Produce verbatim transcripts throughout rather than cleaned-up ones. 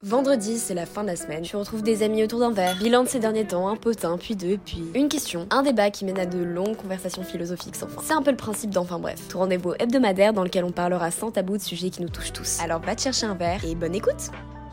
Vendredi, c'est la fin de la semaine, tu retrouves des amis autour d'un verre, bilan de ces derniers temps, un potin, puis deux, puis une question, un débat qui mène à de longues conversations philosophiques sans fin. C'est un peu le principe d'Enfin Bref, tout rendez-vous hebdomadaire dans lequel on parlera sans tabou de sujets qui nous touchent tous. Alors va te chercher un verre et bonne écoute.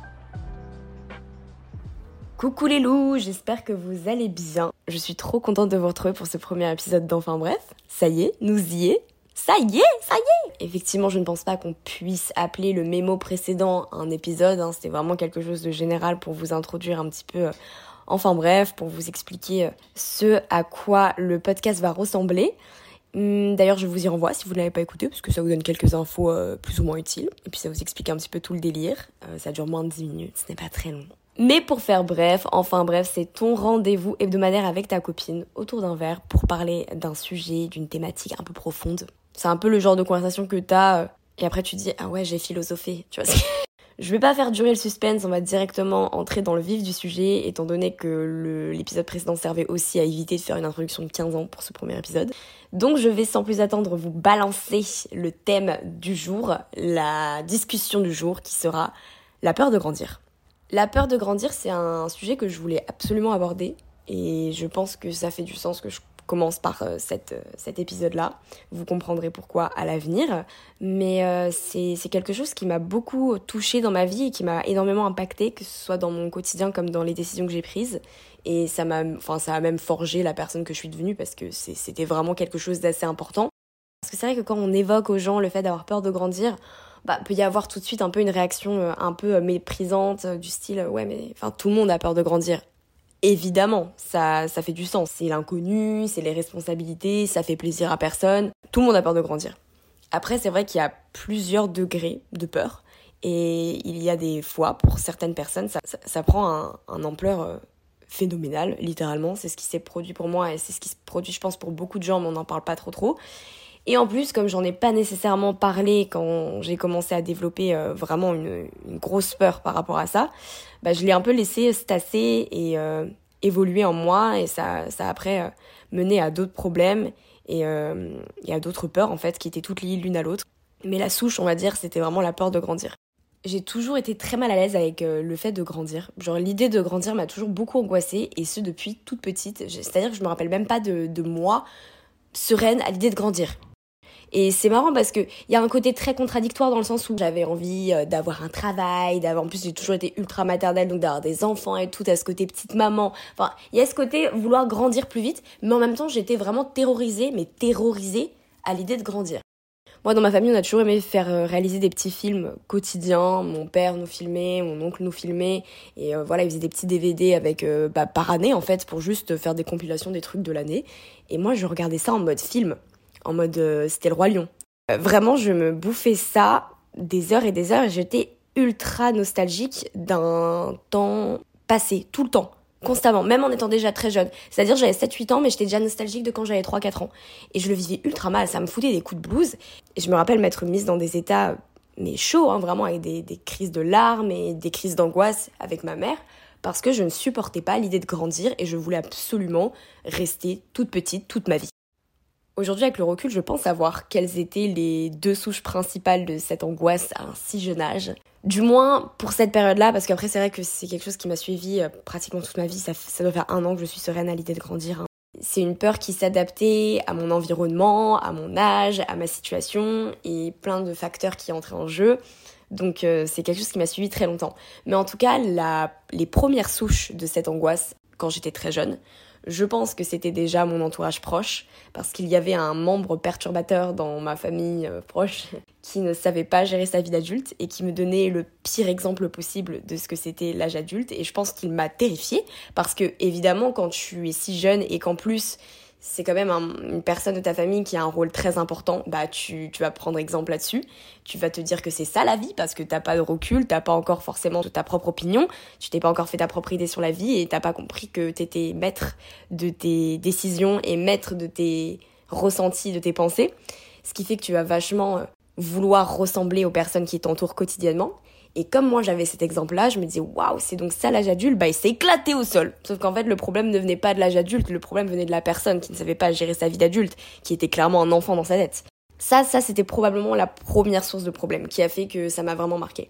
Coucou les loups, j'espère que vous allez bien. Je suis trop contente de vous retrouver pour ce premier épisode d'Enfin Bref. Ça y est, nous y est. Ça y est, ça y est. Effectivement, je ne pense pas qu'on puisse appeler le mémo précédent un épisode. Hein. C'était vraiment quelque chose de général pour vous introduire un petit peu. Euh, enfin bref, pour vous expliquer euh, ce à quoi le podcast va ressembler. Hum, d'ailleurs, je vous y renvoie si vous ne l'avez pas écouté, parce que ça vous donne quelques infos euh, plus ou moins utiles. Et puis ça vous explique un petit peu tout le délire. Euh, ça dure moins de dix minutes, ce n'est pas très long. Mais pour faire bref, enfin bref, c'est ton rendez-vous hebdomadaire avec ta copine autour d'un verre pour parler d'un sujet, d'une thématique un peu profonde. C'est un peu le genre de conversation que t'as euh, et après tu dis « Ah ouais, j'ai philosophé », tu vois. Je vais pas faire durer le suspense, on va directement entrer dans le vif du sujet, étant donné que le, l'épisode précédent servait aussi à éviter de faire une introduction de quinze ans pour ce premier épisode. Donc je vais sans plus attendre vous balancer le thème du jour, la discussion du jour qui sera la peur de grandir. La peur de grandir, c'est un sujet que je voulais absolument aborder et je pense que ça fait du sens que je commence par euh, cette, euh, cet épisode-là. Vous comprendrez pourquoi à l'avenir. Mais euh, c'est, c'est quelque chose qui m'a beaucoup touchée dans ma vie et qui m'a énormément impactée, que ce soit dans mon quotidien comme dans les décisions que j'ai prises. Et ça m'a, enfin, ça a même forgé la personne que je suis devenue parce que c'est, c'était vraiment quelque chose d'assez important. Parce que c'est vrai que quand on évoque aux gens le fait d'avoir peur de grandir, bah, peut y avoir tout de suite un peu une réaction euh, un peu méprisante euh, du style euh, « Ouais, mais enfin, tout le monde a peur de grandir ». Évidemment, ça, ça fait du sens. C'est l'inconnu, c'est les responsabilités, ça fait plaisir à personne. Tout le monde a peur de grandir. Après, c'est vrai qu'il y a plusieurs degrés de peur. Et il y a des fois, pour certaines personnes, ça, ça, ça prend un, un ampleur euh, phénoménale, littéralement. C'est ce qui s'est produit pour moi et c'est ce qui se produit, je pense, pour beaucoup de gens, mais on n'en parle pas trop trop. Et en plus, comme j'en ai pas nécessairement parlé quand j'ai commencé à développer euh, vraiment une, une grosse peur par rapport à ça, bah, je l'ai un peu laissé se tasser et euh, évoluer en moi. Et ça, ça a après euh, mené à d'autres problèmes et, euh, et à d'autres peurs, en fait, qui étaient toutes liées l'une à l'autre. Mais la souche, on va dire, c'était vraiment la peur de grandir. J'ai toujours été très mal à l'aise avec euh, le fait de grandir. Genre, l'idée de grandir m'a toujours beaucoup angoissée, et ce, depuis toute petite. C'est-à-dire que je me rappelle même pas de, de moi sereine à l'idée de grandir. Et c'est marrant parce que il y a un côté très contradictoire dans le sens où j'avais envie d'avoir un travail, d'avoir, en plus j'ai toujours été ultra maternelle, donc d'avoir des enfants et tout, à ce côté petite maman. Enfin, il y a ce côté vouloir grandir plus vite, mais en même temps j'étais vraiment terrorisée, mais terrorisée à l'idée de grandir. Moi, dans ma famille, on a toujours aimé faire réaliser des petits films quotidiens. Mon père nous filmait, mon oncle nous filmait. Et euh, voilà, il faisait des petits D V D avec, euh, bah, par année, en fait, pour juste faire des compilations des trucs de l'année. Et moi, je regardais ça en mode film. En mode, euh, c'était le Roi Lion. Euh, vraiment, je me bouffais ça des heures et des heures. Et j'étais ultra nostalgique d'un temps passé, tout le temps. Constamment, même en étant déjà très jeune. C'est-à-dire j'avais sept huit ans, mais j'étais déjà nostalgique de quand j'avais trois quatre ans. Et je le vivais ultra mal, ça me foutait des coups de blues. Et je me rappelle m'être mise dans des états, mais chauds, hein, vraiment, avec des, des crises de larmes et des crises d'angoisse avec ma mère, parce que je ne supportais pas l'idée de grandir et je voulais absolument rester toute petite toute ma vie. Aujourd'hui, avec le recul, je pense savoir quelles étaient les deux souches principales de cette angoisse à un si jeune âge. Du moins pour cette période-là, parce qu'après c'est vrai que c'est quelque chose qui m'a suivie euh, pratiquement toute ma vie. Ça, ça doit faire un an que je suis sereine à l'idée de grandir. Hein. C'est une peur qui s'adaptait à mon environnement, à mon âge, à ma situation et plein de facteurs qui entraient en jeu. Donc euh, c'est quelque chose qui m'a suivie très longtemps. Mais en tout cas, la, les premières souches de cette angoisse, quand j'étais très jeune, je pense que c'était déjà mon entourage proche, parce qu'il y avait un membre perturbateur dans ma famille euh, proche qui ne savait pas gérer sa vie d'adulte et qui me donnait le pire exemple possible de ce que c'était l'âge adulte. Et je pense qu'il m'a terrifiée, parce que évidemment, quand tu es si jeune et qu'en plus c'est quand même un, une personne de ta famille qui a un rôle très important, bah tu, tu vas prendre exemple là-dessus. Tu vas te dire que c'est ça la vie, parce que t'as pas de recul, t'as pas encore forcément ta propre opinion, tu t'es pas encore fait ta propre idée sur la vie et t'as pas compris que t'étais maître de tes décisions et maître de tes ressentis, de tes pensées. Ce qui fait que tu vas vachement vouloir ressembler aux personnes qui t'entourent quotidiennement. Et comme moi j'avais cet exemple-là, je me disais waouh, c'est donc ça l'âge adulte, bah il s'est éclaté au sol. Sauf qu'en fait le problème ne venait pas de l'âge adulte, le problème venait de la personne qui ne savait pas gérer sa vie d'adulte, qui était clairement un enfant dans sa tête. Ça, ça c'était probablement la première source de problème qui a fait que ça m'a vraiment marqué.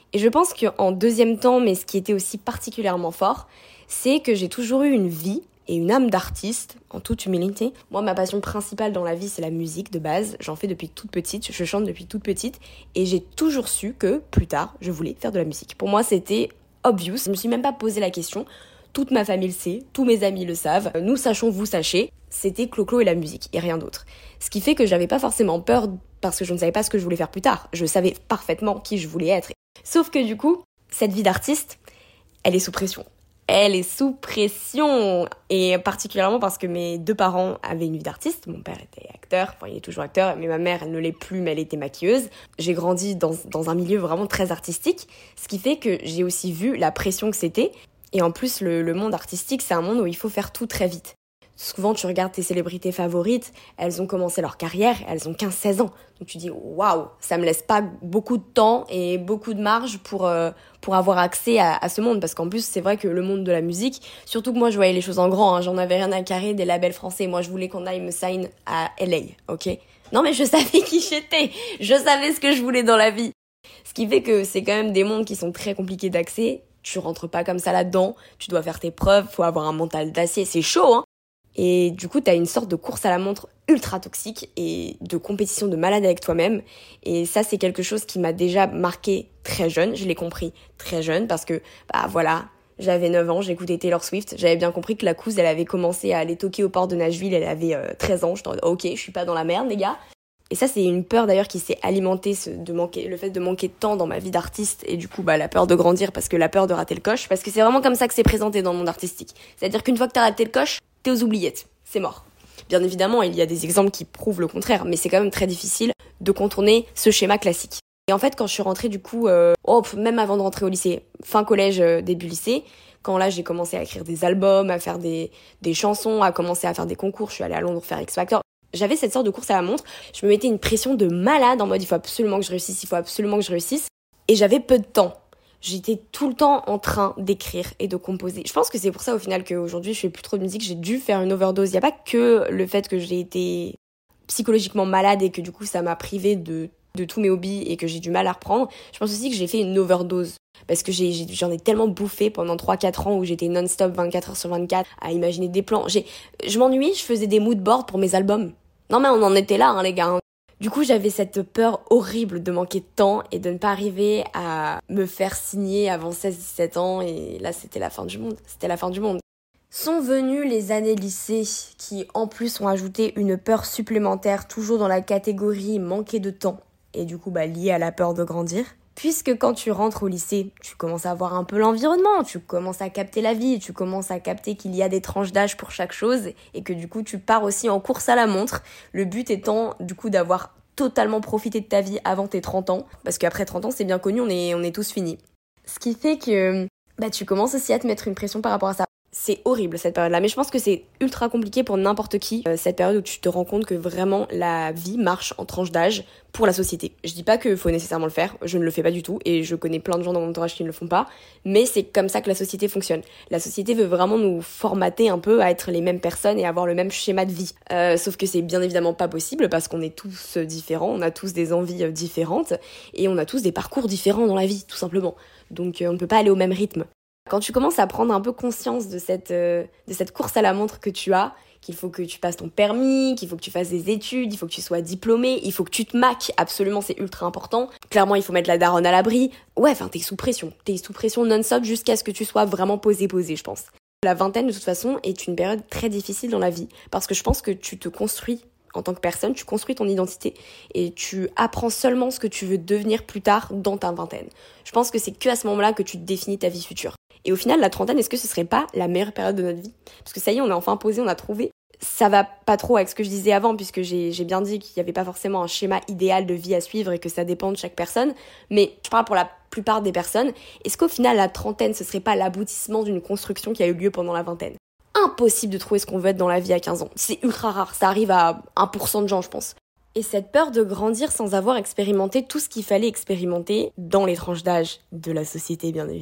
Et je pense qu'en deuxième temps, mais ce qui était aussi particulièrement fort, c'est que j'ai toujours eu une vie et une âme d'artiste, en toute humilité. Moi, ma passion principale dans la vie, c'est la musique de base. J'en fais depuis toute petite, je chante depuis toute petite. Et j'ai toujours su que, plus tard, je voulais faire de la musique. Pour moi, c'était obvious. Je me suis même pas posé la question. Toute ma famille le sait, tous mes amis le savent. Nous sachons, vous sachez. C'était Clo-Clo et la musique, et rien d'autre. Ce qui fait que j'avais pas forcément peur, parce que je ne savais pas ce que je voulais faire plus tard. Je savais parfaitement qui je voulais être. Sauf que du coup, cette vie d'artiste, elle est sous pression. Elle est sous pression, et particulièrement parce que mes deux parents avaient une vie d'artiste. Mon père était acteur, enfin il est toujours acteur, mais ma mère, elle ne l'est plus, mais elle était maquilleuse. J'ai grandi dans, dans un milieu vraiment très artistique, ce qui fait que j'ai aussi vu la pression que c'était. Et en plus, le, le monde artistique, c'est un monde où il faut faire tout très vite. Souvent, tu regardes tes célébrités favorites, elles ont commencé leur carrière, elles ont quinze seize ans. Donc tu dis, waouh, ça me laisse pas beaucoup de temps et beaucoup de marge pour, euh, pour avoir accès à, à ce monde. Parce qu'en plus, c'est vrai que le monde de la musique, surtout que moi, je voyais les choses en grand, hein, j'en avais rien à carrer des labels français. Moi, je voulais qu'on aille me sign à L A, ok? Non, mais je savais qui j'étais, je savais ce que je voulais dans la vie. Ce qui fait que c'est quand même des mondes qui sont très compliqués d'accès. Tu rentres pas comme ça là-dedans, tu dois faire tes preuves, faut avoir un mental d'acier, c'est chaud, hein. Et du coup, t'as une sorte de course à la montre ultra toxique et de compétition de malade avec toi-même. Et ça, c'est quelque chose qui m'a déjà marqué très jeune. Je l'ai compris très jeune parce que, bah voilà, j'avais neuf ans, j'écoutais Taylor Swift. J'avais bien compris que la couse, elle avait commencé à aller toquer au port de Nashville. Elle avait euh, treize ans. J'étais en mode, ok, je suis pas dans la merde, les gars. Et ça, c'est une peur d'ailleurs qui s'est alimentée, ce, de manquer, le fait de manquer de temps dans ma vie d'artiste et du coup, bah, la peur de grandir parce que la peur de rater le coche. Parce que c'est vraiment comme ça que c'est présenté dans le monde artistique. C'est-à-dire qu'une fois que t'as raté le coche, t'es aux oubliettes. C'est mort. Bien évidemment, il y a des exemples qui prouvent le contraire, mais c'est quand même très difficile de contourner ce schéma classique. Et en fait, quand je suis rentrée du coup, euh, oh, même avant de rentrer au lycée, fin collège, euh, début lycée, quand là j'ai commencé à écrire des albums, à faire des, des chansons, à commencer à faire des concours, je suis allée à Londres faire X Factor. J'avais cette sorte de course à la montre, je me mettais une pression de malade en mode il faut absolument que je réussisse, il faut absolument que je réussisse. Et j'avais peu de temps. J'étais tout le temps en train d'écrire et de composer. Je pense que c'est pour ça au final qu'aujourd'hui je fais plus trop de musique, j'ai dû faire une overdose. Il n'y a pas que le fait que j'ai été psychologiquement malade et que du coup ça m'a privée de, de tous mes hobbies et que j'ai du mal à reprendre. Je pense aussi que j'ai fait une overdose. Parce que j'ai, j'ai, j'en ai tellement bouffé pendant trois quatre ans où j'étais non-stop vingt-quatre heures sur vingt-quatre à imaginer des plans. J'ai, je m'ennuyais, je faisais des moodboards pour mes albums. Non mais on en était là, hein, les gars. Du coup, j'avais cette peur horrible de manquer de temps et de ne pas arriver à me faire signer avant seize dix-sept ans. Et là, c'était la fin du monde. C'était la fin du monde. Sont venues les années lycée qui, en plus, ont ajouté une peur supplémentaire, toujours dans la catégorie manquer de temps. Et du coup, bah, liée à la peur de grandir. Puisque quand tu rentres au lycée, tu commences à voir un peu l'environnement, tu commences à capter la vie, tu commences à capter qu'il y a des tranches d'âge pour chaque chose et que du coup tu pars aussi en course à la montre. Le but étant du coup d'avoir totalement profité de ta vie avant tes trente ans, parce qu'après trente ans c'est bien connu, on est, on est tous finis. Ce qui fait que bah, tu commences aussi à te mettre une pression par rapport à ça. C'est horrible cette période-là, mais je pense que c'est ultra compliqué pour n'importe qui, euh, cette période où tu te rends compte que vraiment la vie marche en tranche d'âge pour la société. Je dis pas qu'il faut nécessairement le faire, je ne le fais pas du tout, et je connais plein de gens dans mon entourage qui ne le font pas, mais c'est comme ça que la société fonctionne. La société veut vraiment nous formater un peu à être les mêmes personnes et avoir le même schéma de vie. Euh, sauf que c'est bien évidemment pas possible parce qu'on est tous différents, on a tous des envies différentes, et on a tous des parcours différents dans la vie, tout simplement. Donc euh, on ne peut pas aller au même rythme. Quand tu commences à prendre un peu conscience de cette, euh, de cette course à la montre que tu as, qu'il faut que tu passes ton permis, qu'il faut que tu fasses des études, il faut que tu sois diplômé, il faut que tu te maques, absolument c'est ultra important. Clairement il faut mettre la daronne à l'abri. Ouais, enfin t'es sous pression, t'es sous pression non-stop jusqu'à ce que tu sois vraiment posé posé, je pense. La vingtaine de toute façon est une période très difficile dans la vie parce que je pense que tu te construis en tant que personne, tu construis ton identité et tu apprends seulement ce que tu veux devenir plus tard dans ta vingtaine. Je pense que c'est que à ce moment-là que tu définis ta vie future. Et au final, la trentaine, est-ce que ce serait pas la meilleure période de notre vie ? Parce que ça y est, on a enfin posé, on a trouvé. Ça va pas trop avec ce que je disais avant, puisque j'ai, j'ai bien dit qu'il n'y avait pas forcément un schéma idéal de vie à suivre et que ça dépend de chaque personne. Mais je parle pour la plupart des personnes. Est-ce qu'au final, la trentaine, ce serait pas l'aboutissement d'une construction qui a eu lieu pendant la vingtaine ? Impossible de trouver ce qu'on veut être dans la vie à quinze ans. C'est ultra rare, ça arrive à un pour cent de gens, je pense. Et cette peur de grandir sans avoir expérimenté tout ce qu'il fallait expérimenter dans les tranches d'âge de la société, bien évidemment,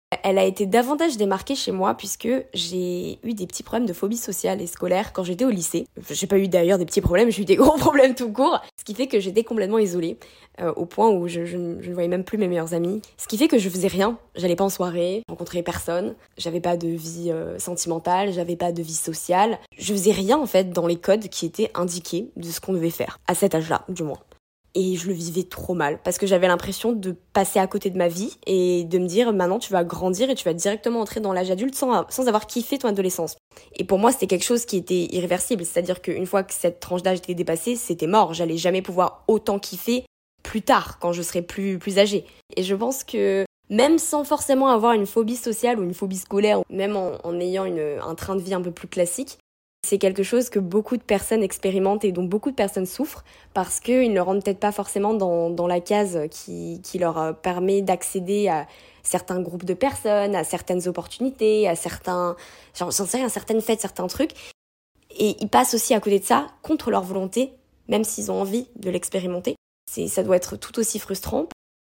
Elle a été davantage démarquée chez moi puisque j'ai eu des petits problèmes de phobie sociale et scolaire quand j'étais au lycée. J'ai pas eu d'ailleurs des petits problèmes, j'ai eu des gros problèmes tout court. Ce qui fait que j'étais complètement isolée, euh, au point où je, je, je ne voyais même plus mes meilleurs amis. Ce qui fait que je faisais rien, j'allais pas en soirée, je rencontrais personne, j'avais pas de vie euh, sentimentale, j'avais pas de vie sociale. Je faisais rien en fait dans les codes qui étaient indiqués de ce qu'on devait faire, à cet âge-là du moins. Et je le vivais trop mal, parce que j'avais l'impression de passer à côté de ma vie et de me dire maintenant tu vas grandir et tu vas directement entrer dans l'âge adulte sans, sans avoir kiffé ton adolescence. Et pour moi c'était quelque chose qui était irréversible, c'est-à-dire qu'une fois que cette tranche d'âge était dépassée, c'était mort, j'allais jamais pouvoir autant kiffer plus tard, quand je serai plus, plus âgée. Et je pense que même sans forcément avoir une phobie sociale ou une phobie scolaire, même en, en ayant une, un train de vie un peu plus classique, c'est quelque chose que beaucoup de personnes expérimentent et dont beaucoup de personnes souffrent parce qu'ils ne rentrent peut-être pas forcément dans, dans la case qui, qui leur permet d'accéder à certains groupes de personnes, à certaines opportunités, à certains, j'en sais rien, certaines fêtes, certains trucs. Et ils passent aussi à côté de ça, contre leur volonté, même s'ils ont envie de l'expérimenter. C'est, ça doit être tout aussi frustrant.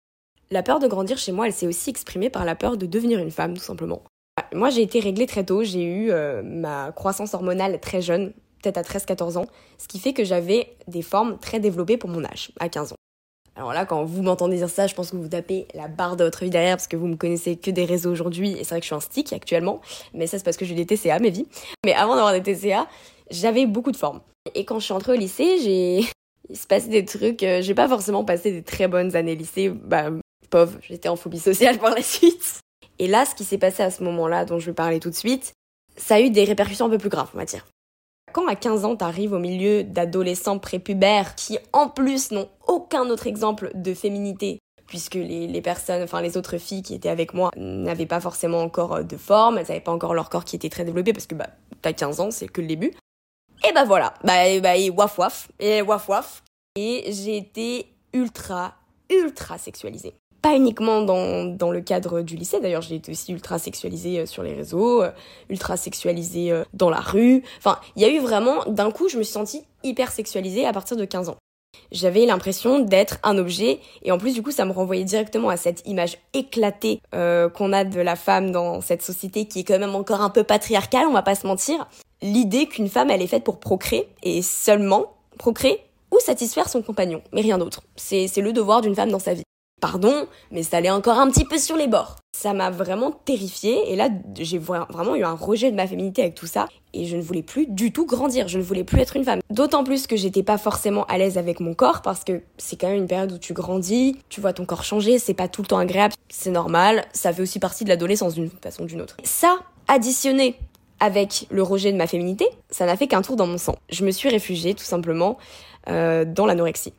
La peur de grandir chez moi, elle s'est aussi exprimée par la peur de devenir une femme, tout simplement. Moi, j'ai été réglée très tôt, j'ai eu euh, ma croissance hormonale très jeune, peut-être à treize à quatorze ans, ce qui fait que j'avais des formes très développées pour mon âge, à quinze ans. Alors là, quand vous m'entendez dire ça, je pense que vous tapez la barre de votre vie derrière parce que vous me connaissez que des réseaux aujourd'hui, et c'est vrai que je suis un stick actuellement, mais ça c'est parce que j'ai eu des T C A, mes vies. Mais avant d'avoir des T C A, j'avais beaucoup de formes. Et quand je suis entrée au lycée, j'ai... il se passait des trucs, euh, j'ai pas forcément passé des très bonnes années lycée, bah pauvre, j'étais en phobie sociale par la suite. Et là, ce qui s'est passé à ce moment-là, dont je vais parler tout de suite, ça a eu des répercussions un peu plus graves, on va dire. Quand à quinze ans, t'arrives au milieu d'adolescents prépubères qui, en plus, n'ont aucun autre exemple de féminité, puisque les, les personnes, enfin les autres filles qui étaient avec moi n'avaient pas forcément encore de forme, elles n'avaient pas encore leur corps qui était très développé, parce que bah t'as quinze ans, c'est que le début. Et bah voilà, bah, bah et waf waf, et waf waf. Et j'ai été ultra, ultra sexualisée. Pas uniquement dans, dans le cadre du lycée, d'ailleurs j'ai été aussi ultra sexualisée sur les réseaux, ultra sexualisée dans la rue. Enfin, il y a eu vraiment, d'un coup, je me suis sentie hyper sexualisée à partir de quinze ans. J'avais l'impression d'être un objet, et en plus du coup ça me renvoyait directement à cette image éclatée euh, qu'on a de la femme dans cette société qui est quand même encore un peu patriarcale, on va pas se mentir. L'idée qu'une femme elle est faite pour procréer, et seulement procréer ou satisfaire son compagnon, mais rien d'autre. C'est, c'est le devoir d'une femme dans sa vie. Pardon, mais ça allait encore un petit peu sur les bords. Ça m'a vraiment terrifiée et là, j'ai vraiment eu un rejet de ma féminité avec tout ça et je ne voulais plus du tout grandir, je ne voulais plus être une femme. D'autant plus que j'étais pas forcément à l'aise avec mon corps parce que c'est quand même une période où tu grandis, tu vois ton corps changer, c'est pas tout le temps agréable, c'est normal, ça fait aussi partie de l'adolescence d'une façon ou d'une autre. Ça, additionné avec le rejet de ma féminité, ça n'a fait qu'un tour dans mon sang. Je me suis réfugiée tout simplement euh, dans l'anorexie.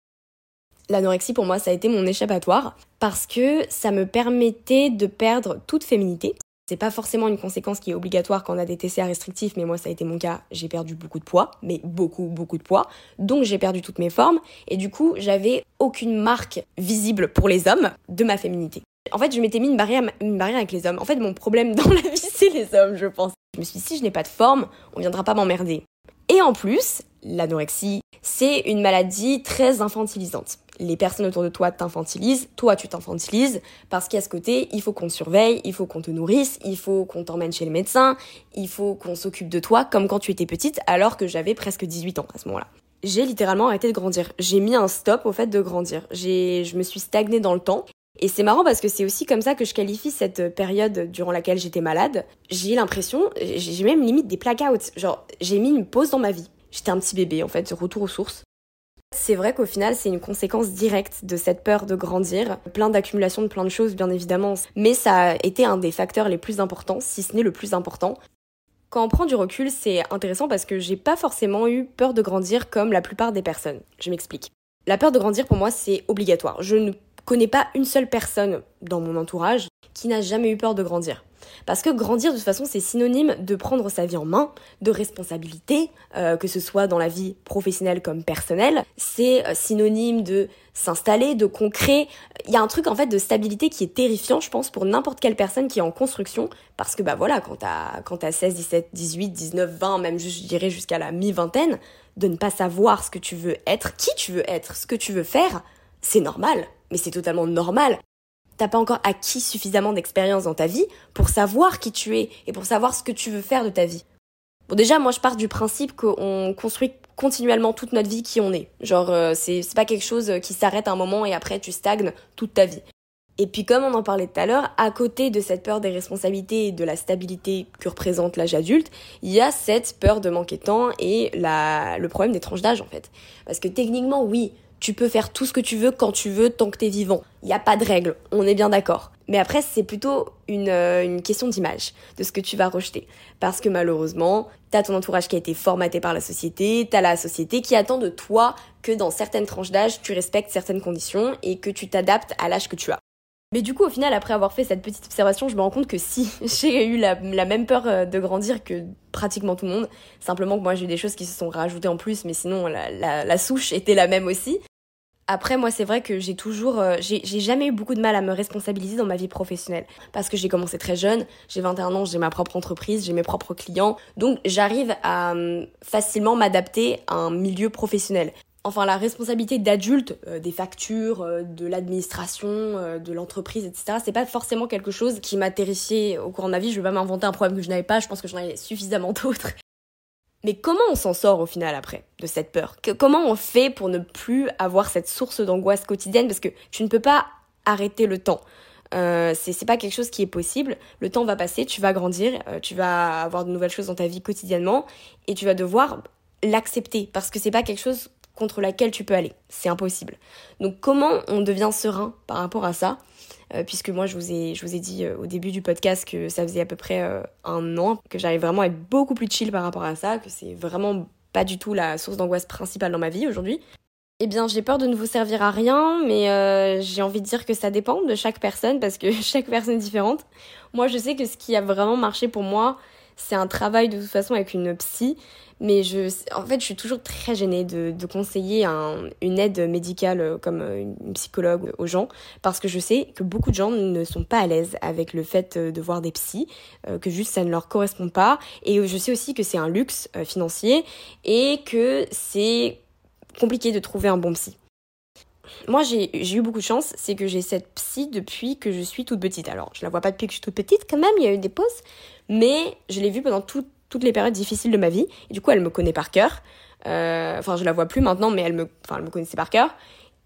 L'anorexie, pour moi, ça a été mon échappatoire parce que ça me permettait de perdre toute féminité. C'est pas forcément une conséquence qui est obligatoire quand on a des T C A restrictifs, mais moi, ça a été mon cas. J'ai perdu beaucoup de poids, mais beaucoup, beaucoup de poids. Donc, j'ai perdu toutes mes formes. Et du coup, j'avais aucune marque visible pour les hommes de ma féminité. En fait, je m'étais mis une barrière, une barrière avec les hommes. En fait, mon problème dans la vie, c'est les hommes, je pense. Je me suis dit, si je n'ai pas de forme, on viendra pas m'emmerder. Et en plus, l'anorexie, c'est une maladie très infantilisante. Les personnes autour de toi t'infantilisent, toi tu t'infantilises, parce qu'à ce côté, il faut qu'on te surveille, il faut qu'on te nourrisse, il faut qu'on t'emmène chez le médecin, il faut qu'on s'occupe de toi comme quand tu étais petite, alors que j'avais presque dix-huit ans à ce moment-là. J'ai littéralement arrêté de grandir. J'ai mis un stop au fait de grandir. J'ai, je me suis stagnée dans le temps. Et c'est marrant parce que c'est aussi comme ça que je qualifie cette période durant laquelle j'étais malade. J'ai l'impression, j'ai même limite des blackouts. Genre, j'ai mis une pause dans ma vie. J'étais un petit bébé en fait, retour aux sources. C'est vrai qu'au final, c'est une conséquence directe de cette peur de grandir. Plein d'accumulation de plein de choses, bien évidemment. Mais ça a été un des facteurs les plus importants, si ce n'est le plus important. Quand on prend du recul, c'est intéressant parce que j'ai pas forcément eu peur de grandir comme la plupart des personnes. Je m'explique. La peur de grandir, pour moi, c'est obligatoire. Je ne connais pas une seule personne dans mon entourage qui n'a jamais eu peur de grandir. Parce que grandir, de toute façon, c'est synonyme de prendre sa vie en main, de responsabilité, euh, que ce soit dans la vie professionnelle comme personnelle. C'est euh, synonyme de s'installer, de concret. Il y a un truc, en fait, de stabilité qui est terrifiant, je pense, pour n'importe quelle personne qui est en construction. Parce que, bah voilà, quand t'as, quand t'as seize, dix-sept, dix-huit, dix-neuf, vingt, même je dirais jusqu'à la mi-vingtaine, de ne pas savoir ce que tu veux être, qui tu veux être, ce que tu veux faire, c'est normal. Mais c'est totalement normal. t'as pas encore acquis suffisamment d'expérience dans ta vie pour savoir qui tu es et pour savoir ce que tu veux faire de ta vie. Bon, déjà, moi, je pars du principe qu'on construit continuellement toute notre vie qui on est. Genre, euh, c'est, c'est pas quelque chose qui s'arrête à un moment et après tu stagnes toute ta vie. Et puis, comme on en parlait tout à l'heure, à côté de cette peur des responsabilités et de la stabilité que représente l'âge adulte, il y a cette peur de manquer de temps et la, le problème des tranches d'âge, en fait. Parce que techniquement, oui, tu peux faire tout ce que tu veux quand tu veux tant que t'es vivant. Il n'y a pas de règle, on est bien d'accord. Mais après, c'est plutôt une, euh, une question d'image, de ce que tu vas rejeter. Parce que malheureusement, t'as ton entourage qui a été formaté par la société, t'as la société qui attend de toi que dans certaines tranches d'âge, tu respectes certaines conditions et que tu t'adaptes à l'âge que tu as. Mais du coup, au final, après avoir fait cette petite observation, je me rends compte que si, j'ai eu la, la même peur de grandir que pratiquement tout le monde. Simplement que moi, j'ai eu des choses qui se sont rajoutées en plus, mais sinon, la, la, la souche était la même aussi. Après, moi, c'est vrai que j'ai toujours... Euh, j'ai, j'ai jamais eu beaucoup de mal à me responsabiliser dans ma vie professionnelle. Parce que j'ai commencé très jeune, j'ai vingt et un ans, j'ai ma propre entreprise, j'ai mes propres clients. Donc, j'arrive à euh, facilement m'adapter à un milieu professionnel. Enfin, la responsabilité d'adulte, euh, des factures, euh, de l'administration, euh, de l'entreprise, et cetera, c'est pas forcément quelque chose qui m'a terrifiée au cours de ma vie. Je vais pas m'inventer un problème que je n'avais pas, je pense que j'en avais suffisamment d'autres. Mais comment on s'en sort au final après, de cette peur ? que, Comment on fait pour ne plus avoir cette source d'angoisse quotidienne ? Parce que tu ne peux pas arrêter le temps. Euh, c'est, c'est pas quelque chose qui est possible. Le temps va passer, tu vas grandir, euh, tu vas avoir de nouvelles choses dans ta vie quotidiennement et tu vas devoir l'accepter parce que c'est pas quelque chose contre laquelle tu peux aller. C'est impossible. Donc comment on devient serein par rapport à ça ? Euh, puisque moi je vous ai, je vous ai dit euh, au début du podcast que ça faisait à peu près euh, un an que j'arrive vraiment à être beaucoup plus chill par rapport à ça, que c'est vraiment pas du tout la source d'angoisse principale dans ma vie aujourd'hui. Eh bien j'ai peur de ne vous servir à rien, mais euh, j'ai envie de dire que ça dépend de chaque personne parce que chaque personne est différente. Moi je sais que ce qui a vraiment marché pour moi, c'est un travail de toute façon avec une psy, mais je, en fait, je suis toujours très gênée de, de conseiller un, une aide médicale comme une psychologue aux gens, parce que je sais que beaucoup de gens ne sont pas à l'aise avec le fait de voir des psys, que juste ça ne leur correspond pas, et je sais aussi que c'est un luxe financier et que c'est compliqué de trouver un bon psy. Moi, j'ai, j'ai eu beaucoup de chance, c'est que j'ai cette psy depuis que je suis toute petite. Alors, je la vois pas depuis que je suis toute petite quand même, il y a eu des pauses, mais je l'ai vue pendant tout, toutes les périodes difficiles de ma vie. Et du coup, elle me connaît par cœur. Euh, enfin, je la vois plus maintenant, mais elle me, enfin, elle me connaissait par cœur.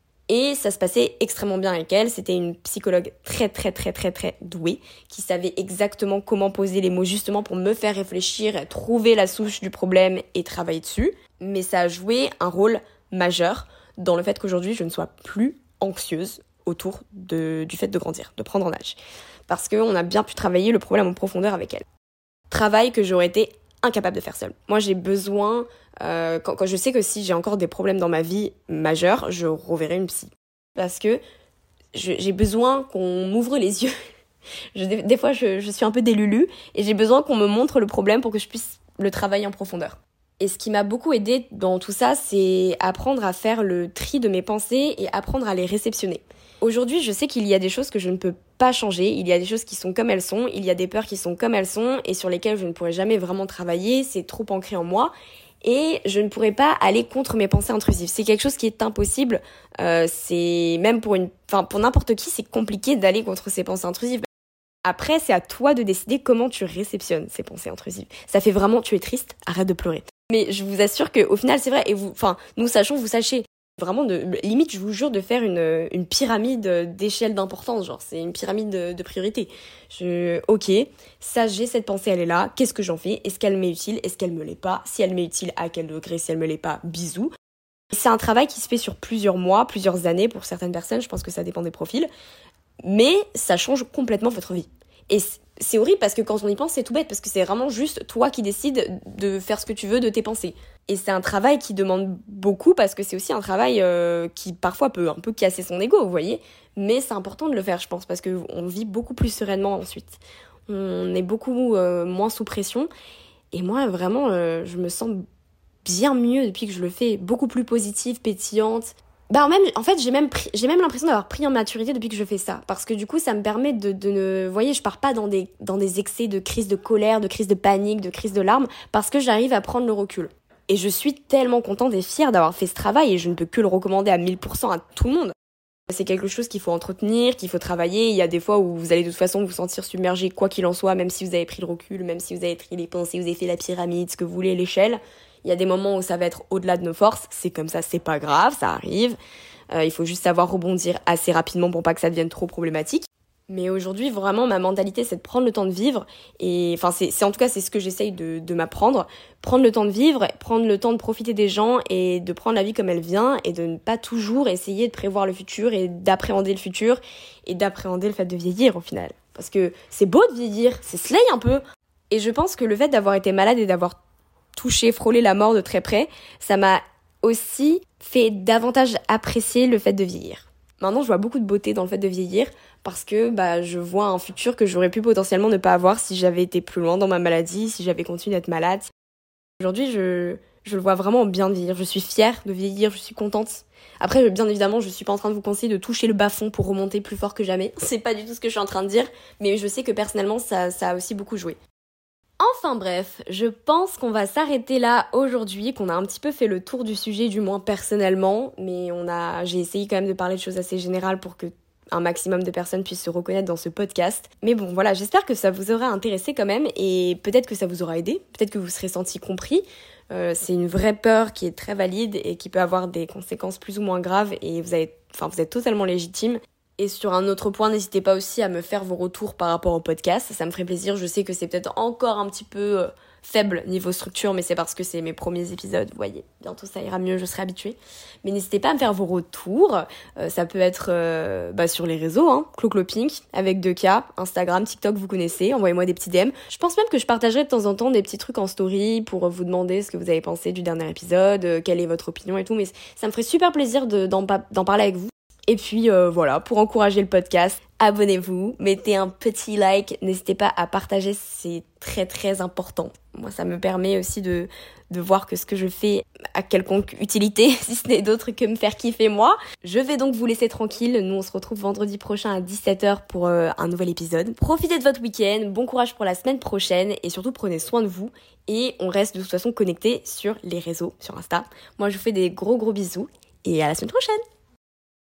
Et ça se passait extrêmement bien avec elle. C'était une psychologue très, très, très, très, très douée, qui savait exactement comment poser les mots justement pour me faire réfléchir, trouver la souche du problème et travailler dessus. Mais ça a joué un rôle majeur dans le fait qu'aujourd'hui, je ne sois plus anxieuse autour de, du fait de grandir, de prendre en âge. Parce qu'on a bien pu travailler le problème en profondeur avec elle. Travail que j'aurais été incapable de faire seule. Moi, j'ai besoin, euh, quand, quand je sais que si j'ai encore des problèmes dans ma vie majeurs, je reverrai une psy. Parce que je, j'ai besoin qu'on m'ouvre les yeux. je, des, des fois, je, je suis un peu délulu et j'ai besoin qu'on me montre le problème pour que je puisse le travailler en profondeur. Et ce qui m'a beaucoup aidée dans tout ça, c'est apprendre à faire le tri de mes pensées et apprendre à les réceptionner. Aujourd'hui, je sais qu'il y a des choses que je ne peux pas changer, il y a des choses qui sont comme elles sont, il y a des peurs qui sont comme elles sont et sur lesquelles je ne pourrai jamais vraiment travailler, c'est trop ancré en moi et je ne pourrai pas aller contre mes pensées intrusives. C'est quelque chose qui est impossible, euh, c'est même pour une, enfin pour n'importe qui, c'est compliqué d'aller contre ses pensées intrusives. Après, c'est à toi de décider comment tu réceptionnes ces pensées intrusives. Ça fait vraiment, tu es triste, arrête de pleurer. Mais je vous assure qu'au final, c'est vrai, et vous, enfin, nous sachons, vous sachez. Vraiment, de, limite, je vous jure de faire une, une pyramide d'échelle d'importance. Genre, c'est une pyramide de, de priorité. Je, ok, ça, j'ai cette pensée, elle est là. Qu'est-ce que j'en fais ? Est-ce qu'elle m'est utile ? Est-ce qu'elle me l'est pas ? Si elle m'est utile, à quel degré ? Si elle me l'est pas, bisous. C'est un travail qui se fait sur plusieurs mois, plusieurs années pour certaines personnes. Je pense que ça dépend des profils. Mais ça change complètement votre vie. Et c'est horrible parce que quand on y pense, c'est tout bête parce que c'est vraiment juste toi qui décides de faire ce que tu veux de tes pensées. Et c'est un travail qui demande beaucoup parce que c'est aussi un travail euh, qui parfois peut un peu casser son ego, vous voyez. Mais c'est important de le faire, je pense, parce qu'on vit beaucoup plus sereinement ensuite. On est beaucoup euh, moins sous pression. Et moi, vraiment, euh, je me sens bien mieux depuis que je le fais. Beaucoup plus positive, pétillante. Bah même, en fait, j'ai même, pris, j'ai même l'impression d'avoir pris en maturité depuis que je fais ça. Parce que du coup, ça me permet de, de ne... Vous voyez, je pars pas dans des, dans des excès de crise de colère, de crise de panique, de crise de larmes, parce que j'arrive à prendre le recul. Et je suis tellement contente et fière d'avoir fait ce travail, et je ne peux que le recommander à mille pour cent à tout le monde. C'est quelque chose qu'il faut entretenir, qu'il faut travailler. Il y a des fois où vous allez de toute façon vous sentir submergé, quoi qu'il en soit, même si vous avez pris le recul, même si vous avez pris les pensées, vous avez fait la pyramide, ce que vous voulez, l'échelle. Il y a des moments où ça va être au-delà de nos forces. C'est comme ça, c'est pas grave, ça arrive. Euh, il faut juste savoir rebondir assez rapidement pour pas que ça devienne trop problématique. Mais aujourd'hui, vraiment, ma mentalité, c'est de prendre le temps de vivre. Et enfin, c'est, c'est en tout cas, c'est ce que j'essaye de, de m'apprendre. Prendre le temps de vivre, prendre le temps de profiter des gens et de prendre la vie comme elle vient et de ne pas toujours essayer de prévoir le futur et d'appréhender le futur et d'appréhender le fait de vieillir au final. Parce que c'est beau de vieillir, c'est slay un peu. Et je pense que le fait d'avoir été malade et d'avoir touché, frôlé la mort de très près, ça m'a aussi fait davantage apprécier le fait de vieillir. Maintenant, je vois beaucoup de beauté dans le fait de vieillir parce que bah, je vois un futur que j'aurais pu potentiellement ne pas avoir si j'avais été plus loin dans ma maladie, si j'avais continué d'être malade. Aujourd'hui, je, je le vois vraiment bien de vieillir. Je suis fière de vieillir, je suis contente. Après, bien évidemment, je suis pas en train de vous conseiller de toucher le bas-fond pour remonter plus fort que jamais. C'est pas du tout ce que je suis en train de dire, mais je sais que personnellement, ça, ça a aussi beaucoup joué. Enfin bref, je pense qu'on va s'arrêter là aujourd'hui, qu'on a un petit peu fait le tour du sujet, du moins personnellement, mais on a, j'ai essayé quand même de parler de choses assez générales pour que un maximum de personnes puissent se reconnaître dans ce podcast. Mais bon, voilà, j'espère que ça vous aura intéressé quand même, et peut-être que ça vous aura aidé, peut-être que vous serez senti compris. Euh, c'est une vraie peur qui est très valide et qui peut avoir des conséquences plus ou moins graves, et vous avez, enfin, vous êtes totalement légitime. Et sur un autre point, n'hésitez pas aussi à me faire vos retours par rapport au podcast. Ça me ferait plaisir. Je sais que c'est peut-être encore un petit peu euh, faible niveau structure, mais c'est parce que c'est mes premiers épisodes. Vous voyez, bientôt ça ira mieux, je serai habituée. Mais n'hésitez pas à me faire vos retours. Euh, ça peut être euh, bah, sur les réseaux, hein, Clo-Clo-Pink, avec deux K, Instagram, TikTok, vous connaissez. Envoyez-moi des petits D M. Je pense même que je partagerai de temps en temps des petits trucs en story pour vous demander ce que vous avez pensé du dernier épisode, euh, quelle est votre opinion et tout. Mais ça me ferait super plaisir de, d'en, d'en parler avec vous. Et puis euh, voilà, pour encourager le podcast, abonnez-vous, mettez un petit like, n'hésitez pas à partager, c'est très très important. Moi, ça me permet aussi de, de voir que ce que je fais a quelconque utilité, si ce n'est d'autre que me faire kiffer moi. Je vais donc vous laisser tranquille, nous on se retrouve vendredi prochain à dix-sept heures pour euh, un nouvel épisode. Profitez de votre week-end, bon courage pour la semaine prochaine et surtout prenez soin de vous. Et on reste de toute façon connectés sur les réseaux, sur Insta. Moi je vous fais des gros gros bisous et à la semaine prochaine.